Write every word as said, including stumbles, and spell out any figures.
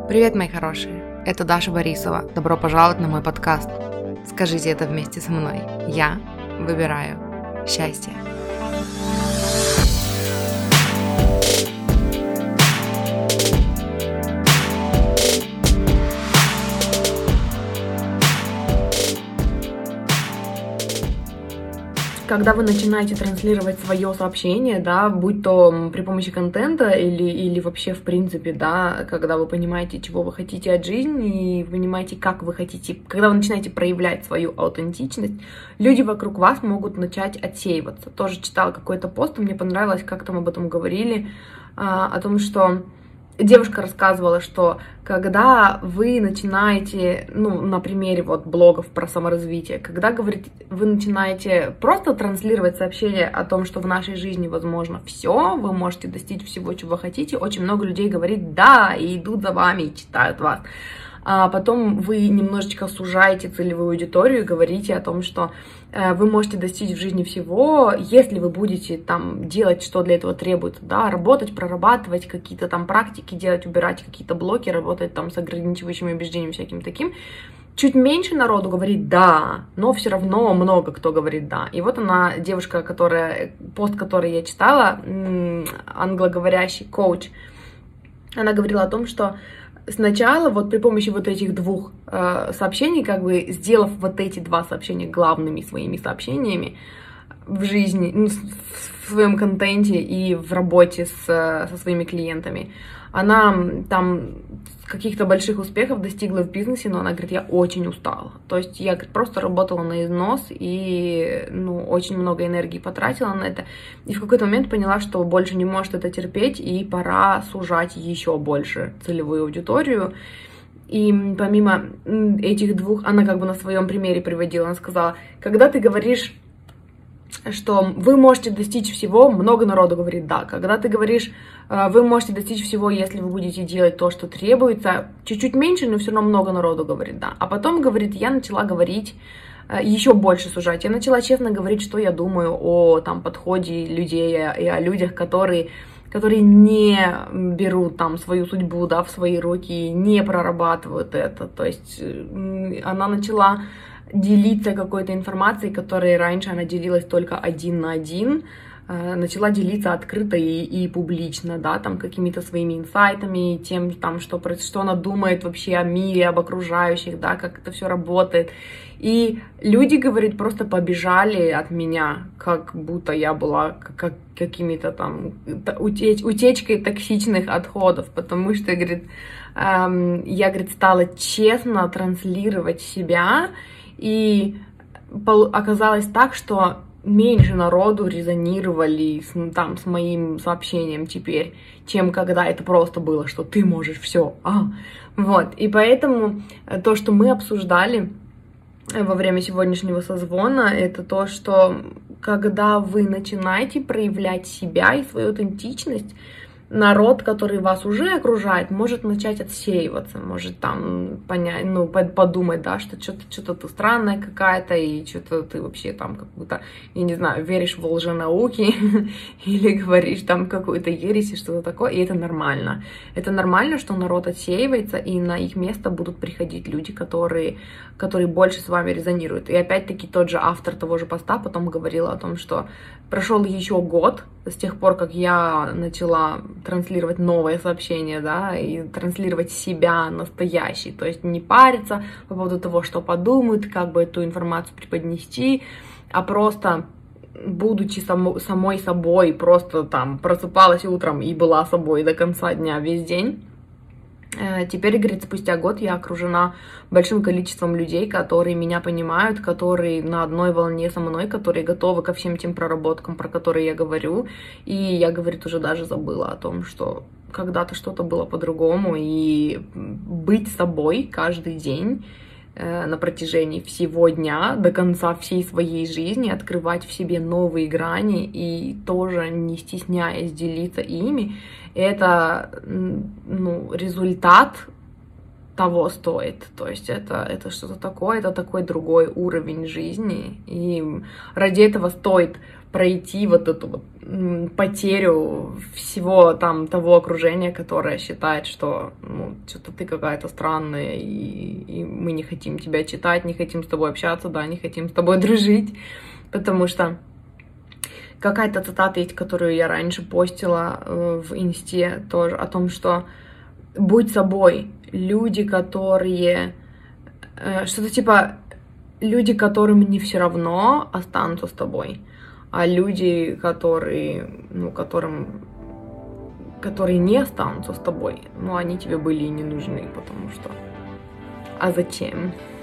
Привет, мои хорошие! Это Даша Борисова. Добро пожаловать на мой подкаст. Скажите это вместе со мной. Я выбираю счастье. Когда вы начинаете транслировать свое сообщение, да, будь то при помощи контента или, или вообще в принципе, да, когда вы понимаете, чего вы хотите от жизни, и понимаете, как вы хотите, когда вы начинаете проявлять свою аутентичность, люди вокруг вас могут начать отсеиваться. Тоже читала какой-то пост, и мне понравилось, как там об этом говорили, о том, что девушка рассказывала, что когда вы начинаете, ну, на примере вот блогов про саморазвитие, когда, говорит, вы начинаете просто транслировать сообщение о том, что в нашей жизни возможно все, вы можете достичь всего, чего хотите, очень много людей говорит «да», и идут за вами, и читают вас. А потом вы немножечко сужаете целевую аудиторию и говорите о том, что э, вы можете достичь в жизни всего, если вы будете там делать, что для этого требуется, да, работать, прорабатывать какие-то там практики, делать, убирать какие-то блоки, работать там с ограничивающими убеждениями всяким таким. Чуть меньше народу говорит «да», но все равно много кто говорит «да». И вот она, девушка, которая, пост, который я читала, англоговорящий коуч, она говорила о том, что сначала вот при помощи вот этих двух э, сообщений, как бы сделав вот эти два сообщения главными своими сообщениями в жизни, ну, в своем контенте и в работе с, со своими клиентами, она там каких-то больших успехов достигла в бизнесе, но она говорит, я очень устала. То есть я, говорит, просто работала на износ и, ну, очень много энергии потратила на это. И в какой-то момент поняла, что больше не может это терпеть, и пора сужать еще больше целевую аудиторию. И помимо этих двух, она как бы на своем примере приводила, она сказала, когда ты говоришь, что вы можете достичь всего, много народу говорит «да». Когда ты говоришь, вы можете достичь всего, если вы будете делать то, что требуется, чуть-чуть меньше, но все равно много народу говорит «да». А потом, говорит, я начала говорить, еще больше сужать. Я начала честно говорить, что я думаю о там, подходе людей и о людях, которые, которые не берут там, свою судьбу, да, в свои руки, не прорабатывают это. То есть она начала делиться какой-то информацией, которой раньше она делилась только один на один, э, начала делиться открыто и, и публично, да, там какими-то своими инсайтами, тем, там, что, что она думает вообще о мире, об окружающих, да, как это все работает. И люди, говорит, просто побежали от меня, как будто я была как, какими-то там утеч, утечкой токсичных отходов, потому что, говорит, эм, я, говорит, стала честно транслировать себя. И оказалось так, что меньше народу резонировали с, там, с моим сообщением теперь, чем когда это просто было, что ты можешь все. А. Вот. И поэтому то, что мы обсуждали во время сегодняшнего созвона, это то, что когда вы начинаете проявлять себя и свою аутентичность, народ, который вас уже окружает, может начать отсеиваться, может там понять, ну, подумать, да, что что-то, что-то ты странная какая-то, и что-то ты вообще там как-то, я не знаю, веришь в лженауки, или говоришь там какую-то ересь и что-то такое, и это нормально. Это нормально, что народ отсеивается, и на их место будут приходить люди, которые, которые больше с вами резонируют. И опять-таки тот же автор того же поста потом говорил о том, что прошел еще год с тех пор, как я начала транслировать новое сообщение, да, и транслировать себя настоящий, то есть не париться по поводу того, что подумают, как бы эту информацию преподнести, а просто будучи само, самой собой, просто там просыпалась утром и была собой до конца дня весь день. Теперь, говорит, спустя год я окружена большим количеством людей, которые меня понимают, которые на одной волне со мной, которые готовы ко всем тем проработкам, про которые я говорю. И я, говорит, уже даже забыла о том, что когда-то что-то было по-другому, и быть собой каждый день на протяжении всего дня, до конца всей своей жизни, открывать в себе новые грани и тоже не стесняясь делиться ими, это, ну, результат того стоит. То есть это, это что-то такое, это такой другой уровень жизни. И ради этого стоит пройти вот эту вот потерю всего там того окружения, которое считает, что ну, что-то ты какая-то странная, и, и мы не хотим тебя читать, не хотим с тобой общаться, да, не хотим с тобой дружить, потому что какая-то цитата есть, которую я раньше постила э, в инсте тоже, о том, что будь собой, люди, которые... Э, что-то типа, люди, которым не все равно, останутся с тобой, а люди, которые, ну, которым, которые не останутся с тобой, ну, они тебе были и не нужны, потому что... А зачем?